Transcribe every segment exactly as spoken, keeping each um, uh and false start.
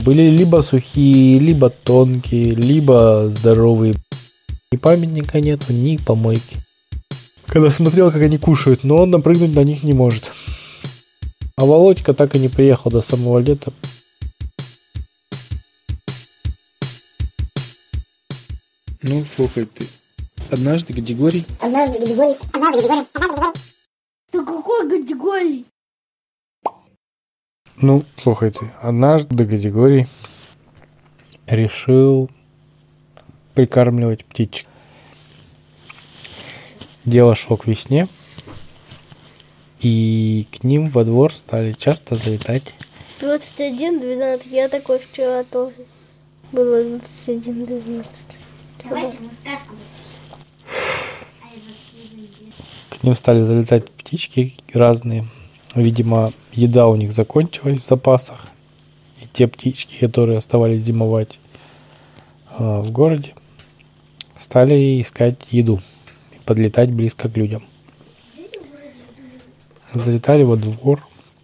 Были либо сухие, либо тонкие, либо здоровые. Ни памятника нету, ни помойки. Когда смотрел, как они кушают, но он напрыгнуть на них не может. А Володька так и не приехал до самого лета. Ну, слушай ты. Однажды Гадигорий... Однажды Гадигорий... Однажды Гадигорий... Однажды Гадигорий... Да какой Гадигорий? Ну, слушай ты. Однажды Гадигорий решил прикармливать птичек. Дело шло к весне, и к ним во двор стали часто залетать. двадцать один двенадцать. Я такой вчера тоже. Было двадцать один двенадцать. Давайте мы сказку. К ним стали залетать птички разные. Видимо, еда у них закончилась в запасах. И те птички, которые оставались зимовать э, в городе, стали искать еду и подлетать близко к людям. Залетали во двор,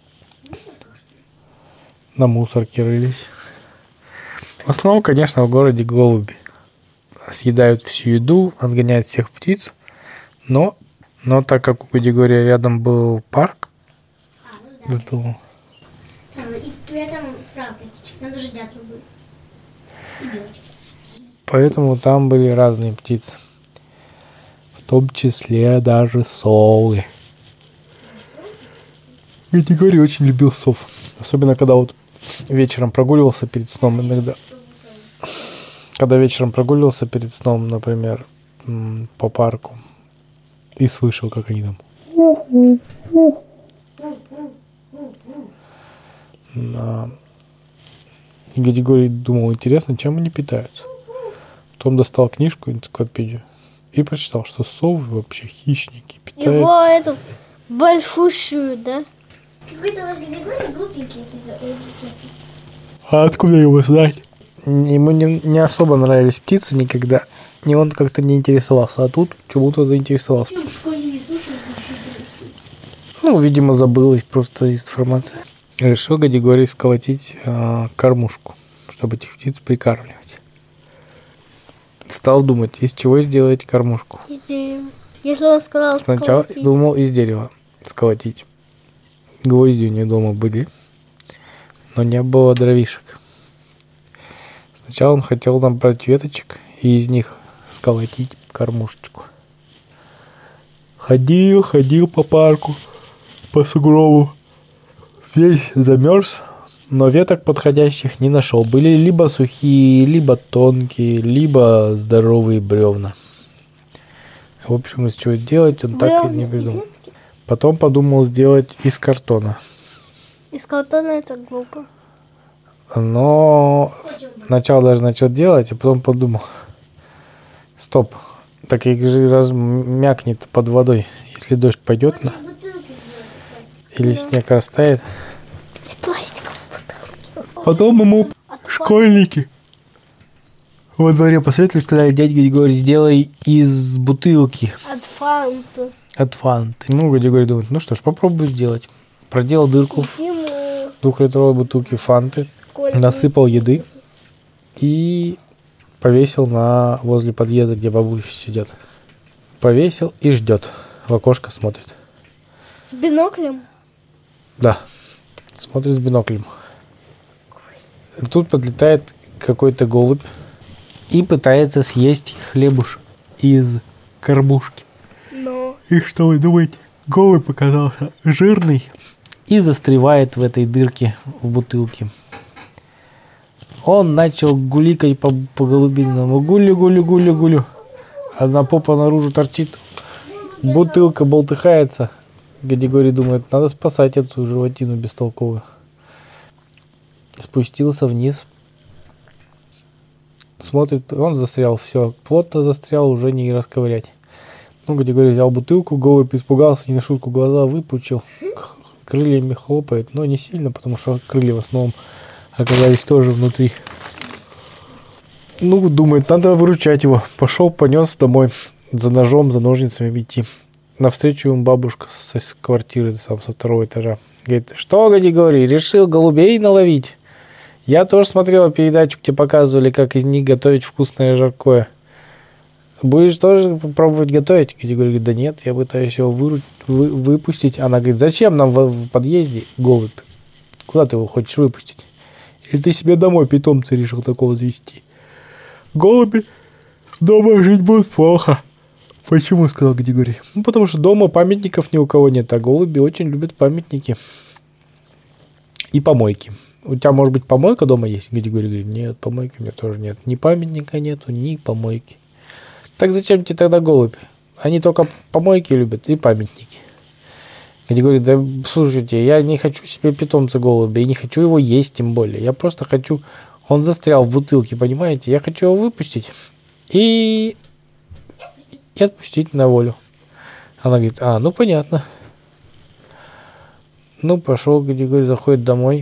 на мусорке рылись. В основном, конечно, в городе голуби. Съедают всю еду, отгоняют всех птиц. Но, но так как у Гадигория рядом был парк, А, ну да. то... Там, и при этом разные птички. Там даже дятлы были. И белочки. поэтому там были разные птицы. В том числе даже совы. Гадигорий очень любил сов. Особенно, когда вот вечером прогуливался перед сном иногда. Когда вечером прогуливался перед сном, например, по парку, и слышал, как они там. И Гадигорий думал, интересно, чем они питаются. Потом достал книжку, энциклопедию, и прочитал, что совы вообще хищники. Питаются... Его эту большущую, да? Какой-то у вас Гадигорий глупенький, если, если честно. А откуда его знать? Ему не, не особо нравились птицы никогда. И он как-то не интересовался. А тут чему-то заинтересовался. Ну, в школе не слушал, Ну, видимо, забылась просто информация. Решил Гадигорий сколотить э, кормушку, чтобы этих птиц прикармливать. Стал думать, из чего сделать кормушку. Идея. Если он сказал Сначала сколотить. думал из дерева сколотить. Гвозди у него дома были, но не было дровишек. Сначала он хотел набрать веточек и из них сколотить кормушечку. Ходил, ходил по парку, по сугробу. Весь замерз, но веток подходящих не нашел. Были либо сухие, либо тонкие, либо здоровые бревна. В общем, из чего делать, он так и не придумал. Потом подумал сделать из картона. Из картона это глупо. Но сначала даже начал делать, а потом подумал, стоп, так и же размякнет под водой, если дождь пойдет на... или снег растает. Пластик. Потом ему школьники во дворе посоветовали, сказали, дядя Гадигорий, сделай из бутылки От фанты. от фанты. Ну, Гадигорий думает, ну что ж, попробую сделать. Проделал дырку в Ему двухлитровой бутылке фанты, школьник. насыпал еды и повесил на возле подъезда, где бабушки сидят. Повесил и ждет. В окошко смотрит. С биноклем? Да, смотрит с биноклем. Тут подлетает какой-то голубь и пытается съесть хлебушек из кормушки. Но. И что вы думаете? Голубь оказался жирный и застревает в этой дырке в бутылке. Он начал гуликать по, по голубинному. Гулю, гулю, гулю, гулю. Одна попа наружу торчит. Бутылка болтыхается. Гадигорий думает, надо спасать эту животину бестолковую. Спустился вниз. Смотрит, он застрял. Все, плотно застрял, уже не расковырять. Ну, Гадигорий взял бутылку, голубь испугался, не на шутку глаза выпучил. Крыльями хлопает, но не сильно, потому что крылья в основном оказались тоже внутри. Ну, думает, надо выручать его. Пошел, понес домой. За ножом, за ножницами идти. Навстречу ему бабушка со, с квартиры, сам со второго этажа. Говорит, что, Гадигорий, решил голубей наловить? Я тоже смотрела передачу, где показывали, как из них готовить вкусное жаркое. Будешь тоже пробовать готовить? Я говорю, да нет, я пытаюсь его выру... вы... выпустить. Она говорит, зачем нам в, в подъезде голубь? Куда ты его хочешь выпустить? Или ты себе домой питомца решил такого завести? Голуби дома жить будут плохо. Почему, сказал Григорий? Ну, потому что дома памятников ни у кого нет, а голуби очень любят памятники. И помойки. У тебя, может быть, помойка дома есть? Григорий говорит, нет, помойки у меня тоже нет. Ни памятника нету, ни помойки. Так зачем тебе тогда голубь? Они только помойки любят и памятники. Я говорю, да слушайте, я не хочу себе питомца голубя, и не хочу его есть тем более. Я просто хочу... Он застрял в бутылке, понимаете? Я хочу его выпустить и... и отпустить на волю. Она говорит, а, ну понятно. Ну, пошел, Григорий заходит домой.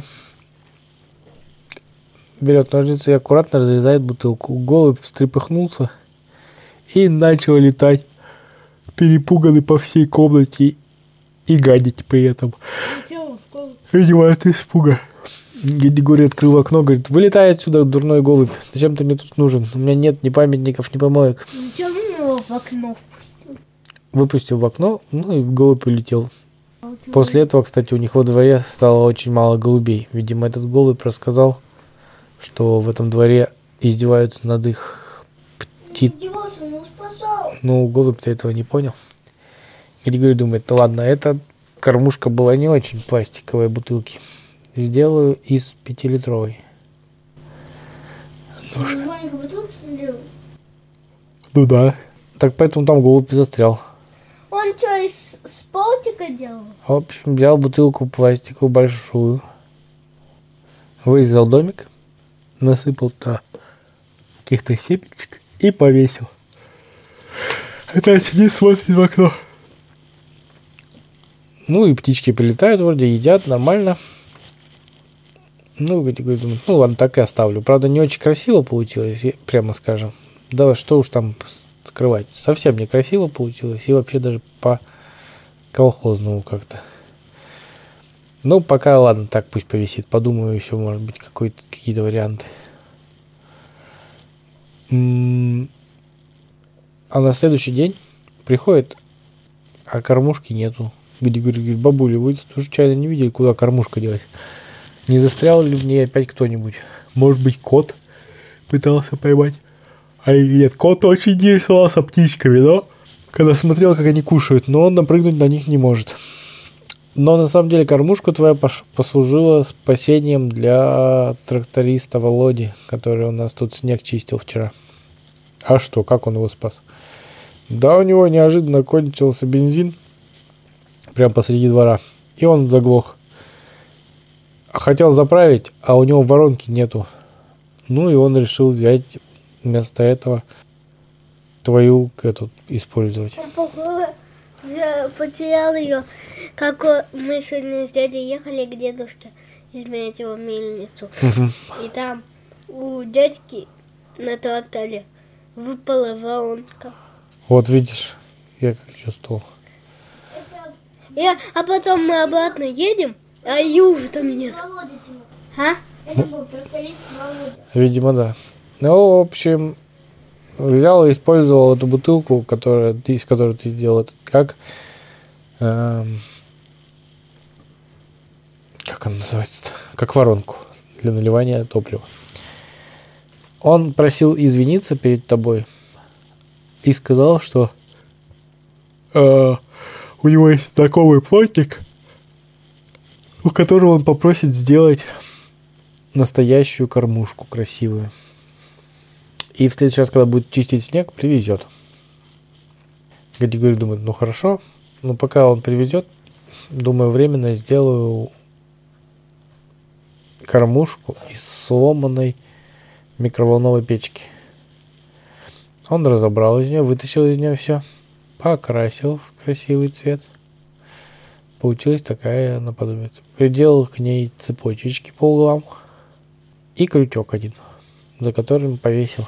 Берет ножницы и аккуратно разрезает бутылку. Голубь встрепыхнулся и начал летать, перепуганный по всей комнате и гадить при этом. Видимо, от испуга. Григорий открыл окно, говорит, вылетай отсюда, дурной голубь. Зачем ты мне тут нужен? У меня нет ни памятников, ни помоек. Зачем его в окно впустил? Выпустил в окно, ну и голубь улетел. После этого, кстати, у них во дворе стало очень мало голубей. Видимо, этот голубь рассказал, что в этом дворе издеваются над их птиц. Ну, голубь-то этого не понял. Григорий думает, да ладно, эта кормушка была не очень пластиковой бутылки. Сделаю из пятилитровой. Ну, ну да. Так поэтому там голубь и застрял. Он что, из с полтика делал? В общем, взял бутылку пластиковую большую, вырезал домик, насыпал туда каких-то семечек и повесил. Опять сидит, смотрит в окно. Ну и птички прилетают вроде, едят, нормально. Ну, говорит, думаю, ну ладно, так и оставлю. Правда, не очень красиво получилось, прямо скажем. Да что уж там скрывать. Совсем некрасиво получилось. И вообще даже по колхозному как-то. Ну, пока, ладно, так пусть повисит. Подумаю еще, может быть, какой-то, какие-то варианты. М-м- а на следующий день приходит, а кормушки нету. Где говорит, бабуля, вы случайно не видели, куда кормушка делась? Не застрял ли в ней опять кто-нибудь? Может быть, кот пытался поймать? А нет, кот очень интересовался птичками, но когда смотрел, как они кушают, но он напрыгнуть на них не может. Но на самом деле кормушка твоя послужила спасением для тракториста Володи, который у нас тут снег чистил вчера. А что, как он его спас? Да, у него неожиданно кончился бензин прямо посреди двора, и он заглох. Хотел заправить, а у него воронки нету. Ну и он решил взять вместо этого твою эту использовать. Он, походу, потерял ее, как мы сегодня с дядей ехали к дедушке измерять его мельницу. И там у дядьки на тракторе выпала воронка. Вот видишь, я как чувствовал. И, а потом мы обратно едем, а ее уже там нет. А? Это был тракторист Володя. Видимо, да. Ну, в общем, взял и использовал эту бутылку, которая, из которой ты сделал этот, как... Эм, как она называется-то? Как воронку для наливания топлива. Он просил извиниться перед тобой и сказал, что э, у него есть знакомый плотник, у которого он попросит сделать настоящую кормушку красивую. И в следующий раз, когда будет чистить снег, привезет. Григорий думает, ну хорошо, но пока он привезет, думаю, временно сделаю кормушку из сломанной микроволновой печки. Он разобрал из нее, вытащил из нее все, покрасил в красивый цвет. Получилась такая наподобие. Приделал к ней цепочечки по углам и крючок один, за которым повесил.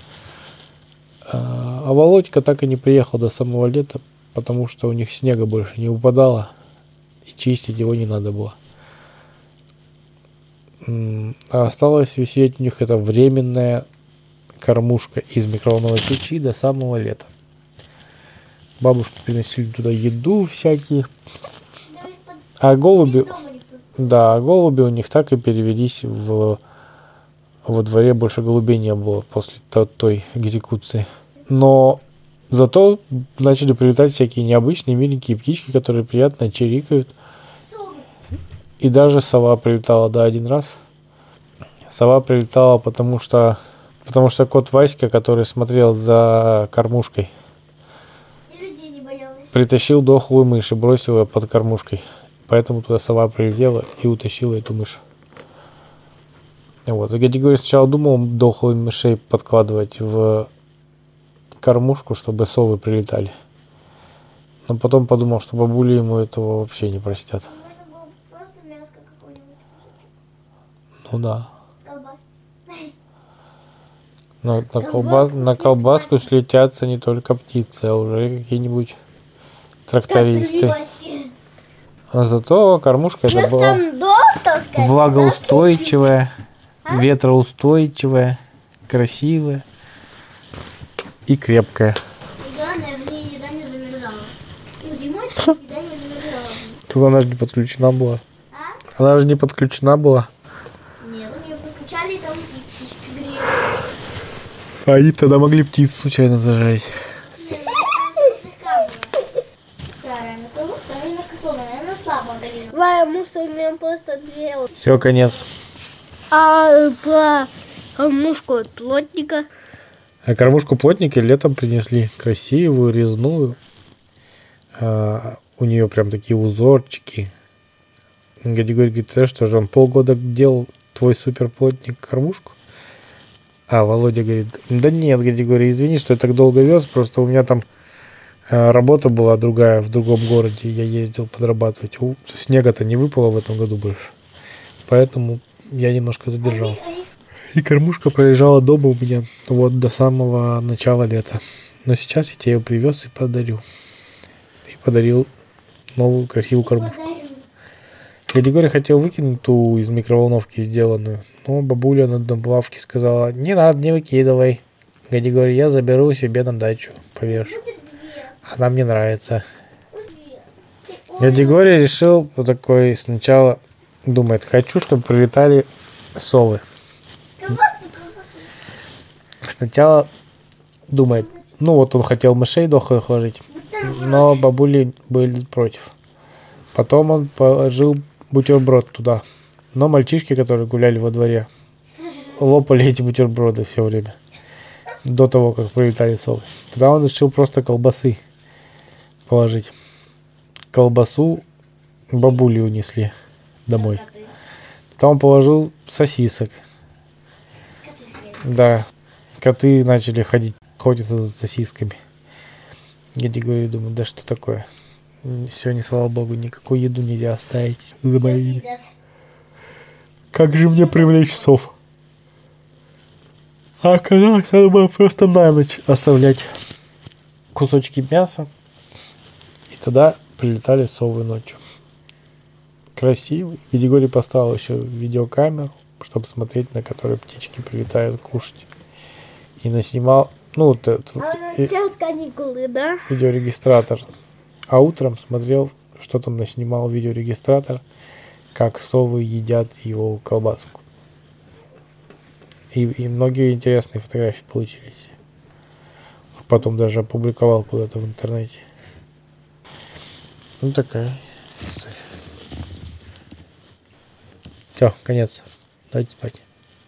А Володька так и не приехал до самого лета, потому что у них снега больше не упадало, и чистить его не надо было. А осталось висеть у них эта временная кормушка из микроволновой печи до самого лета. Бабушки приносили туда еду всякие. А голуби, да, а голуби у них так и перевелись в... Во дворе больше голубей не было после той экзекуции. Но зато начали прилетать всякие необычные миленькие птички, которые приятно чирикают. И даже сова прилетала, да, один раз. Сова прилетала, потому что, потому что кот Васька, который смотрел за кормушкой, притащил дохлую мышь и бросил ее под кормушкой. Поэтому туда сова прилетела и утащила эту мышь. Вот. Я говорю, сначала думал дохлых мышей подкладывать в кормушку, чтобы совы прилетали. Но потом подумал, что бабули ему этого вообще не простят. Можно было просто мяско какое-нибудь. Ну да. Колбас. Но на, колбас, на колбаску слетятся не только птицы, а уже какие-нибудь трактористы. А зато кормушка это была влагоустойчивая, ветроустойчивая, красивая и крепкая. Главное, в ней еда не замерзала. Ну, зимой еда не замерзала. Тут она же не подключена была. А? Она же не подключена была. Нет, у нее подключали, и там птички грели. А они тогда могли птиц случайно зажарить. Нет, она слегка была. Старая, но то, она немножко сломанная, она слабо горела. Варя, муж у меня просто две. Все, конец. А про кормушку от плотника. А кормушку плотника летом принесли красивую, резную. А, у нее прям такие узорчики. Дядя говорит, ты что же, он полгода делал твой суперплотник кормушку? А Володя говорит, да нет, дядя говорит, извини, что я так долго вез, просто у меня там а, работа была другая в другом городе, я ездил подрабатывать. У, снега-то не выпало в этом году больше, поэтому я немножко задержался. И кормушка пролежала дома у меня вот до самого начала лета. Но сейчас я тебе ее привез и подарю. И подарил новую красивую кормушку. Дядя Горя хотел выкинуть ту из микроволновки сделанную, но бабуля на лавке сказала, не надо, не выкидывай. Дядя Горя, я заберу себе на дачу, повешу. Она мне нравится. Дядя Горя решил вот такой сначала, думает, хочу, чтобы прилетали совы. Колбасу, колбасу. Сначала думает, ну вот он хотел мышей дохлых ложить, но бабули были против. Потом он положил бутерброд туда, но мальчишки, которые гуляли во дворе, лопали эти бутерброды все время, до того, как прилетали совы. Тогда он решил просто колбасы положить. Колбасу бабули унесли домой. Тогда он положил сосисок. Да, коты начали ходить, охотиться за сосисками. Я говорю, думаю, да что такое? Сегодня, слава богу, никакую еду нельзя оставить за моими. Как же мне привлечь сов? А оказалось, надо было просто на ночь оставлять кусочки мяса. И тогда прилетали совы ночью. Красивый. И Григорий поставил еще видеокамеру, чтобы смотреть, на которой птички прилетают кушать. И наснимал, ну, вот этот А у нас сейчас каникулы, да? видеорегистратор. А утром смотрел, что там наснимал видеорегистратор, как совы едят его колбаску. И, и многие интересные фотографии получились. Потом даже опубликовал куда-то в интернете. Ну, такая история. Все, конец. Давайте спать.